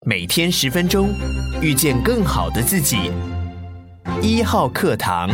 每天10分钟，遇见更好的自己。1号课堂。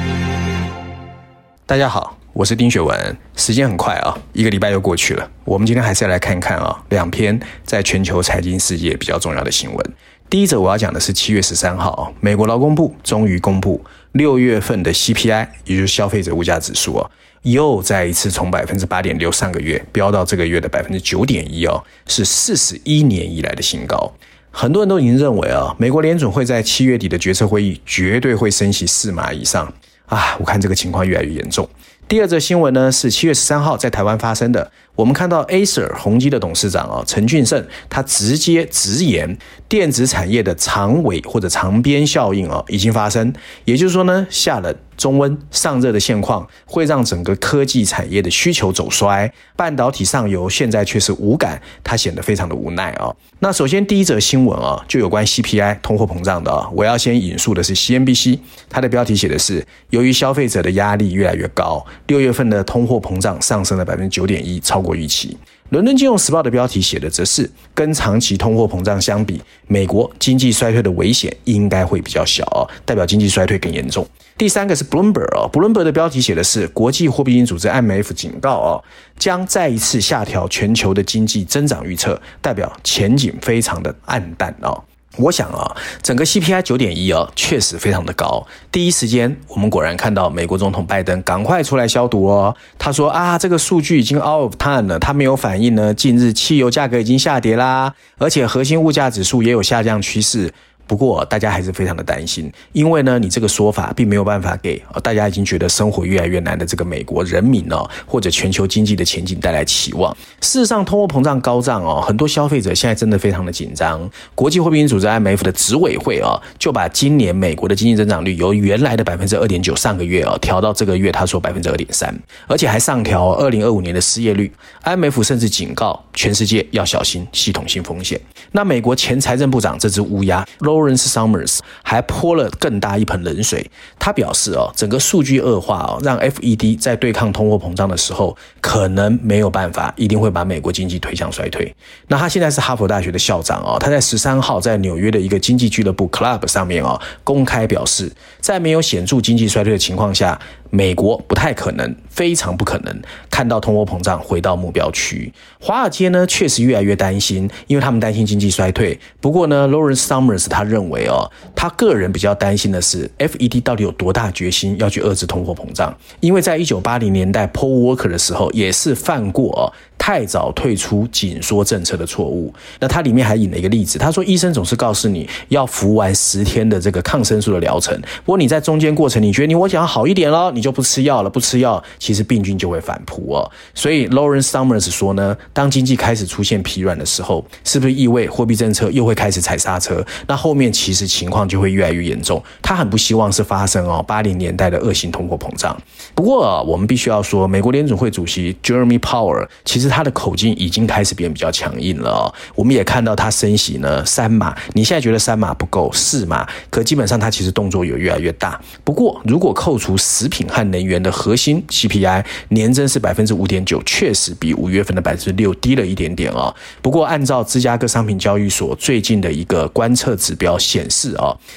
大家好，我是丁学文。时间很快啊，1个礼拜又过去了。我们今天还是要来看看2篇在全球财经世界比较重要的新闻。第一则我要讲的是7月13号，美国劳工部终于公布6月份的 CPI， 也就是消费者物价指数又再一次从 8.6% 上个月飙到这个月的 9.1%， 是41年以来的新高。很多人都已经认为美国联准会在7月底的决策会议绝对会升息4码以上我看这个情况越来越严重。第二则新闻呢，是7月13号在台湾发生的。我们看到 Acer 宏基的董事长陈俊盛，他直接直言电子产业的长尾或者长边效应已经发生，也就是说呢，下冷中温上热的现况会让整个科技产业的需求走衰，半导体上游现在却是无感，他显得非常的无奈那首先第一则新闻就有关 CPI 通货膨胀的我要先引述的是 CNBC， 它的标题写的是由于消费者的压力越来越高，6月份的通货膨胀上升了 9.1%， 超过预期。伦敦金融时报的标题写的则是跟长期通货膨胀相比，美国经济衰退的危险应该会比较小代表经济衰退更严重。第三个是 Bloomberg 的标题写的是国际货币基金组织 IMF 警告将再一次下调全球的经济增长预测，代表前景非常的暗淡我想整个 CPI 9.1 确实非常的高。第一时间我们果然看到美国总统拜登赶快出来消毒他说这个数据已经 out of time 了，他没有反映呢近日汽油价格已经下跌啦，而且核心物价指数也有下降趋势。不过大家还是非常的担心，因为呢你这个说法并没有办法给大家已经觉得生活越来越难的这个美国人民或者全球经济的前景带来期望。事实上通货膨胀高涨很多消费者现在真的非常的紧张。国际货币基金组织 IMF 的执委会就把今年美国的经济增长率由原来的 2.9% 上个月调到这个月他说 2.3%， 而且还上调2025年的失业率。 IMF 甚至警告全世界要小心系统性风险。那美国前财政部长这只乌鸦Lawrence Summers 还泼了更大一盆冷水，他表示整个数据恶化让 FED 在对抗通货膨胀的时候可能没有办法，一定会把美国经济推向衰退。那他现在是哈佛大学的校长他在13号在纽约的一个经济俱乐部 Club 上面公开表示，在没有显著经济衰退的情况下，美国不太可能，非常不可能看到通货膨胀回到目标区。华尔街呢确实越来越担心，因为他们担心经济衰退。不过呢 Lawrence Summers 他认为他个人比较担心的是 FED 到底有多大决心要去遏制通货膨胀。因为在1980年代 Paul Volcker 的时候也是犯过太早退出紧缩政策的错误。那他里面还引了一个例子，他说医生总是告诉你要服完10天的这个抗生素的疗程，不过你在中间过程你觉得我想要好一点了，你就不吃药了，不吃药其实病菌就会反扑所以 Lawrence Summers 说呢，当经济开始出现疲软的时候，是不是意味货币政策又会开始踩刹车？那后面其实情况就会越来越严重。他很不希望是发生80年代的恶性通货膨胀。不过我们必须要说，美国联准会主席 Jeremy Powell 其实他的口径已经开始变比较强硬了我们也看到他升息呢3码，你现在觉得3码不够4码，可基本上他其实动作有越来越大。不过如果扣除食品和能源的核心 CPI 年增是 5.9%， 确实比5月份的 6% 低了一点点不过按照芝加哥商品交易所最近的一个观测指标显示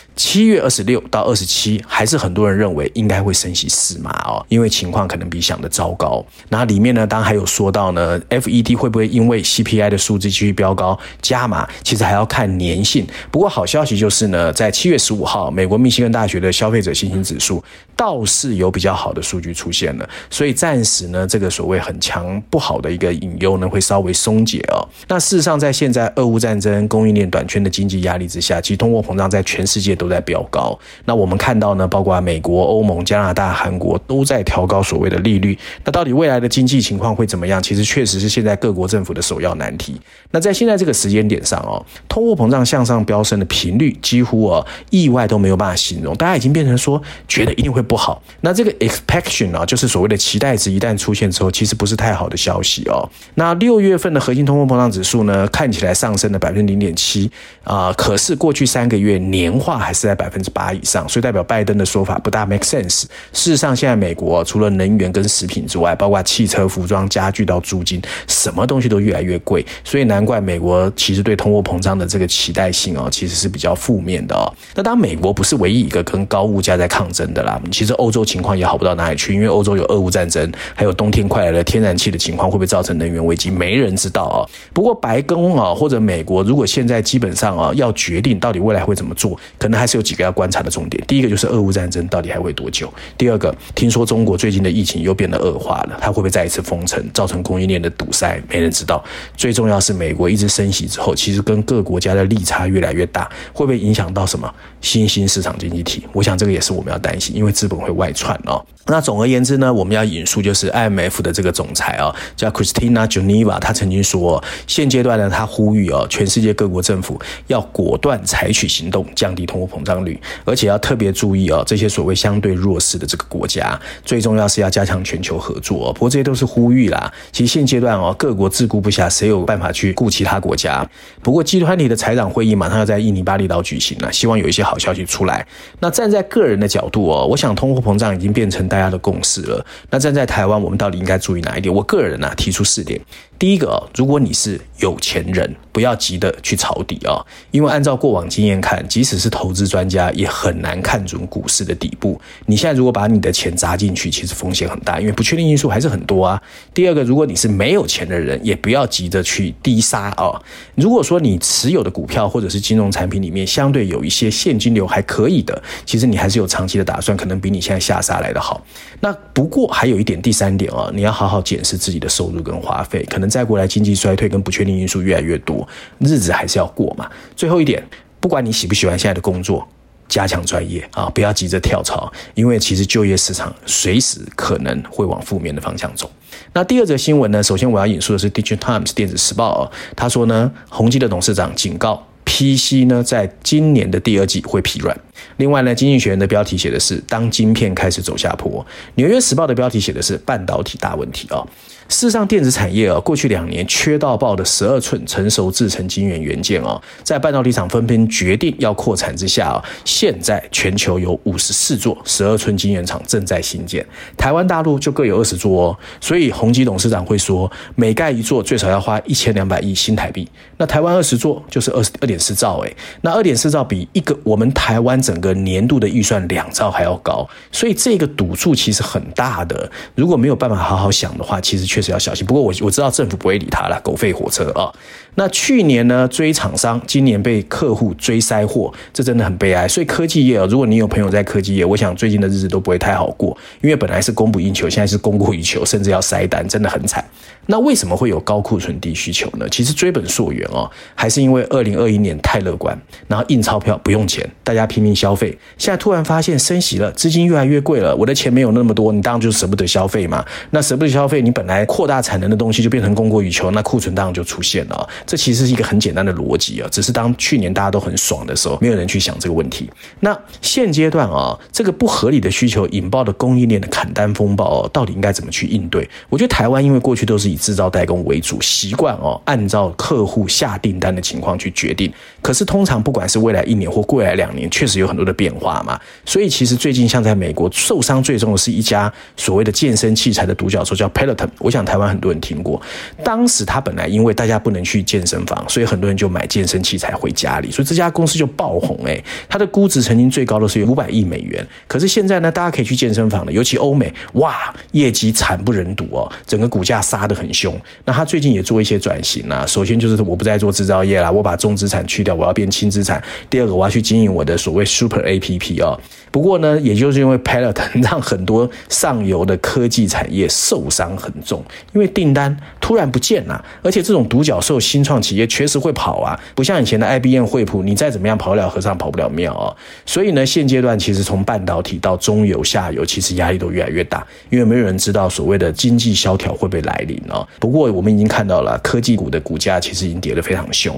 7月26到27还是很多人认为应该会升息4码因为情况可能比想的糟糕。那里面呢当然还有说到呢 FED 会不会因为 CPI 的数字继续飙高加码，其实还要看粘性。不过好消息就是呢，在7月15号美国密西根大学的消费者信心指数倒是有比较好的数据出现了，所以暂时呢这个所谓很强不好的一个隐忧呢会稍微松解那事实上在现在俄乌战争供应链短缺的经济压力之下，其实通货膨胀在全世界都在飙高。那我们看到呢包括美国、欧盟、加拿大、韩国都在调高所谓的利率。那到底未来的经济情况会怎么样，其实确实是现在各国政府的首要难题。那在现在这个时间点上通货膨胀向上飙升的频率几乎意外都没有办法形容，大家已经变成说觉得一定会不好。那这个 expectation 就是所谓的期待值一旦出现之后，其实不是太好的消息那6月份的核心通货膨胀指数呢看起来上升了 0.7%可是过去3个月年化还是在 8% 以上，所以代表拜登的说法不大 make sense。事实上现在美国除了能源跟食品之外，包括汽车、服装、家具到租金，什么东西都越来越贵，所以难怪美国其实对通货膨胀的这个期待性其实是比较负面的。那当然美国不是唯一一个跟高物价在抗争的啦，其实欧洲情况也好不到哪里去，因为欧洲有俄乌战争，还有冬天快来了天然气的情况，会不会造成能源危机没人知道。不过白宫或者美国如果现在基本上要决定到底未来会怎么做，可能还是有几个要观察的重点。第一个就是俄乌战争到底还会多久，第二个听说中国最近的疫情又变得恶化了，它会不会再一次封城造成供应链的堵塞，没人知道。最重要是美国一直升息之后，其实跟各国家的利差越来越大，会不会影响到什么新兴市场经济体，我想这个也是我们要担心，因为资本会外传。那总而言之呢，我们要引述就是 IMF 的这个总裁叫 Christina Geneva， 他曾经说现阶段呢，他呼吁全世界各国政府要果断采取行动降低通货膨胀率，而且要特别注意这些所谓相对弱势的这个国家，最重要是要加强全球合作。不过这些都是呼吁啦，其实现阶段各国自顾不暇，谁有办法去顾其他国家。不过集团体的财长会议马上要在印尼巴厘岛举行了，希望有一些好消息出来。那站在个人的角度我想通货膨胀已经变成大家的共识了。那站在台湾，我们到底应该注意哪一点？我个人提出4点。第一个如果你是有钱人，不要急着去抄底因为按照过往经验看，即使是投资专家也很难看准股市的底部。你现在如果把你的钱砸进去，其实风险很大，因为不确定因素还是很多啊。第二个，如果你是没有钱的人，也不要急着去低杀如果说你持有的股票或者是金融产品里面相对有一些现金流还可以的，其实你还是有长期的打算，可能比你现在下杀来的好。那不过还有一点，第3点你要好好检视自己的收入跟花费，可能再过来经济衰退跟不确定因素越来越多，日子还是要过嘛。最后一点，不管你喜不喜欢现在的工作，加强专业不要急着跳槽，因为其实就业市场随时可能会往负面的方向走。那第2则新闻呢，首先我要引述的是 Digital Times 电子时报他说呢，宏基的董事长警告PC 呢，在今年的第2季会疲软。另外呢，经济学人的标题写的是当晶片开始走下坡，纽约时报的标题写的是半导体大问题事实上电子产业过去2年缺到爆的12寸成熟制程晶圆元件在半导体厂纷纷决定要扩产之下现在全球有54座12寸晶圆厂正在新建，台湾大陆就各有20座所以宏基董事长会说，每盖一座最少要花1200亿新台币，那台湾20座就是 2.4 兆那 2.4 兆比我们台湾整个年度的预算2兆还要高，所以这个赌注其实很大的，如果没有办法好好想的话，其实确实要小心。不过我知道政府不会理他啦，狗吠火车那去年呢追厂商，今年被客户追塞货，这真的很悲哀。所以科技业如果你有朋友在科技业，我想最近的日子都不会太好过，因为本来是供不应求，现在是供过于求，甚至要塞单，真的很惨。那为什么会有高库存低需求呢？其实追本溯源还是因为2021年太乐观，然后印钞票不用钱，大家拼命消费，现在突然发现升息了，资金越来越贵了，我的钱没有那么多，你当然就舍不得消费嘛。那舍不得消费，你本来扩大产能的东西就变成供过于求，那库存当然就出现了这其实是一个很简单的逻辑只是当去年大家都很爽的时候，没有人去想这个问题。那现阶段这个不合理的需求引爆的供应链的砍单风暴到底应该怎么去应对？我觉得台湾因为过去都是以制造代工为主，习惯按照客户下订单的情况去决定，可是通常不管是未来1年或未来2年，确实有很多的变化嘛。所以其实最近像在美国受伤最重的是一家所谓的健身器材的独角兽叫 Peloton， 我想台湾很多人听过。当时他本来因为大家不能去健身房，所以很多人就买健身器材回家里，所以这家公司就爆红它的估值曾经最高的是有500亿美元，可是现在呢，大家可以去健身房了，尤其欧美，哇，业绩惨不忍睹整个股价杀得很凶。那他最近也做一些转型首先就是我不再做制造业啦，我把重资产去掉，我要变轻资产。第二个，我要去经营我的所谓 Super APP 不过呢，也就是因为 Peloton 让很多上游的科技产业受伤很重，因为订单突然不见了，而且这种独角兽新创企业确实会跑不像以前的 IBM 惠普，你再怎么样跑得了和尚跑不了庙所以呢，现阶段其实从半导体到中游下游，其实压力都越来越大，因为没有人知道所谓的经济萧条会不会来临不过我们已经看到了科技股的股价其实已经跌得非常凶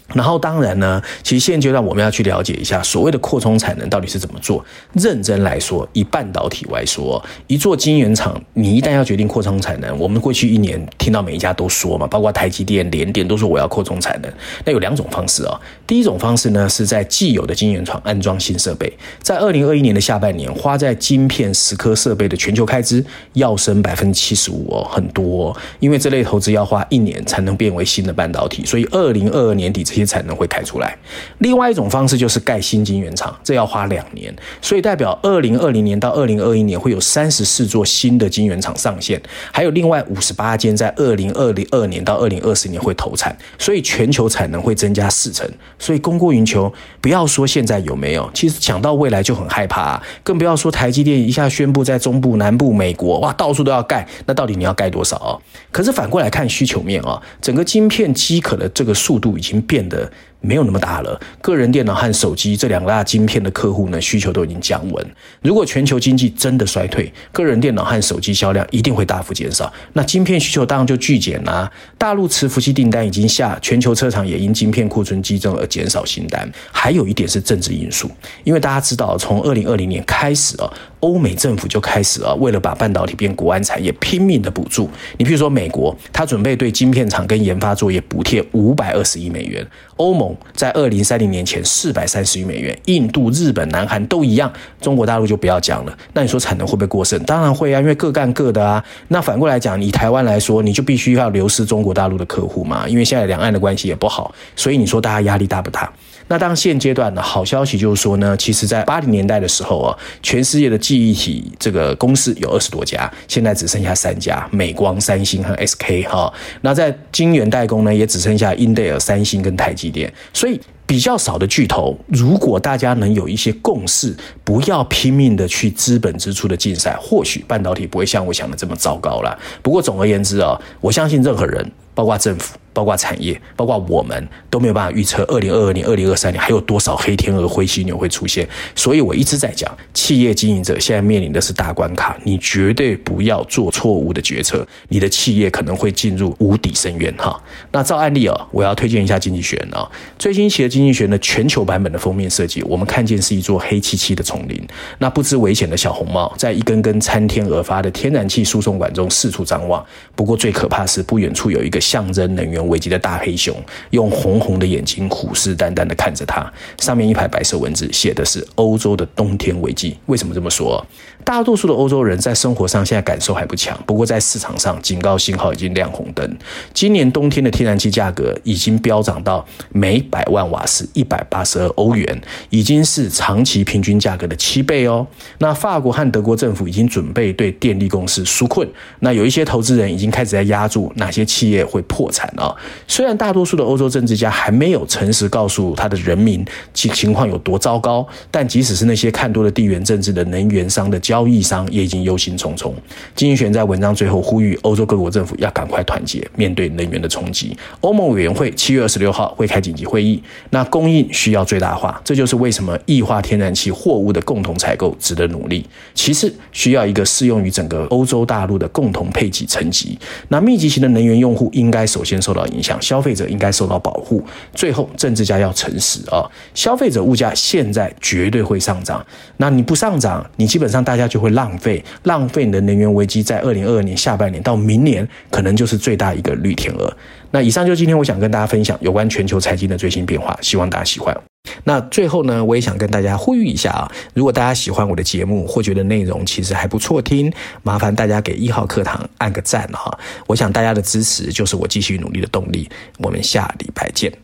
然后当然呢，其实现阶段我们要去了解一下所谓的扩充产能到底是怎么做。认真来说，以半导体来说，一座晶圆厂，你一旦要决定扩充产能，我们过去1年听到每一家都说嘛，包括台积电、联电都说我要扩充产能。那有2种方式哦。第一种方式呢，是在既有的晶圆厂安装新设备。在2021年的下半年，花在晶片蚀刻设备的全球开支要升75%哦，很多哦。因为这类投资要花1年才能变为新的半导体，所以2022年底这些产能会开出来。另外一种方式就是盖新晶圆厂，这要花2年，所以代表2020年到2021年会有34座新的晶圆厂上线，还有另外58间在2022年到2020年会投产，所以全球产能会增加4成，所以供过云求。不要说现在有没有，其实想到未来就很害怕啊，更不要说台积电一下宣布在中部、南部、美国，哇，到处都要盖，那到底你要盖多少啊？可是反过来看需求面啊，整个晶片饥渴的这个速度已经变得没有那么大了。个人电脑和手机这2大晶片的客户呢，需求都已经降温。如果全球经济真的衰退，个人电脑和手机销量一定会大幅减少，那晶片需求当然就巨减啦。大陆伺服器订单已经下，全球车厂也因晶片库存激增而减少新单。还有一点是政治因素，因为大家知道，从2020年开始啊，欧美政府就开始啊，为了把半导体变国安产业，拼命的补助。你比如说美国，他准备对晶片厂跟研发作业补贴520亿美元。欧盟在2030年前430亿美元，印度、日本、南韩都一样，中国大陆就不要讲了。那你说产能会不会过剩？当然会啊，因为各干各的啊。那反过来讲，以台湾来说，你就必须要流失中国大陆的客户嘛，因为现在两岸的关系也不好，所以你说大家压力大不大？那当然现阶段的好消息就是说呢，其实在80年代的时候啊，全世界的记忆体这个公司有20多家，现在只剩下3家，美光、三星和 SK 哈。那在晶圆代工呢，也只剩下英特尔、三星跟台积电，所以比较少的巨头，如果大家能有一些共识，不要拼命的去资本支出的竞赛，或许半导体不会像我想的这么糟糕啦。不过总而言之啊，我相信任何人，包括政府、包括产业、包括我们，都没有办法预测2022年、2023年还有多少黑天鹅、灰犀牛会出现。所以我一直在讲，企业经营者现在面临的是大关卡，你绝对不要做错误的决策，你的企业可能会进入无底深渊哈。那照案例我要推荐一下经济学人最新期的经济学的全球版本的封面设计，我们看见是一座黑漆漆的丛林，那不知危险的小红帽在一根根参天而发的天然气输送管中四处张望。不过最可怕是不远处有一个象征能源危机的大黑熊，用红红的眼睛虎视眈眈地看着它，上面一排白色文字写的是欧洲的冬天危机。为什么这么说？大多数的欧洲人在生活上现在感受还不强，不过在市场上警告信号已经亮红灯。今年冬天的天然气价格已经飙涨到每100万瓦时182欧元，已经是长期平均价格的7倍哦。那法国和德国政府已经准备对电力公司纾困，那有一些投资人已经开始在押注哪些企业会破产虽然大多数的欧洲政治家还没有诚实告诉他的人民情况有多糟糕，但即使是那些看多了地缘政治的能源商的交易商也已经忧心忡忡。经济学人在文章最后呼吁欧洲各国政府要赶快团结，面对能源的冲击。欧盟委员会7月26号会开紧急会议，那供应需要最大化，这就是为什么液化天然气货物的共同采购值得努力。其次，需要一个适用于整个欧洲大陆的共同配给层级。那密集型的能源用户应该首先受到影响，消费者应该受到保护。最后，政治家要诚实消费者物价现在绝对会上涨，那你不上涨，你基本上大家就会浪费你的能源危机，在2022年下半年到明年可能就是最大一个绿天鹅。那以上就今天我想跟大家分享有关全球财经的最新变化，希望大家喜欢。那最后呢，我也想跟大家呼吁一下如果大家喜欢我的节目或觉得内容其实还不错听，麻烦大家给1号课堂按个赞我想大家的支持就是我继续努力的动力。我们下礼拜见。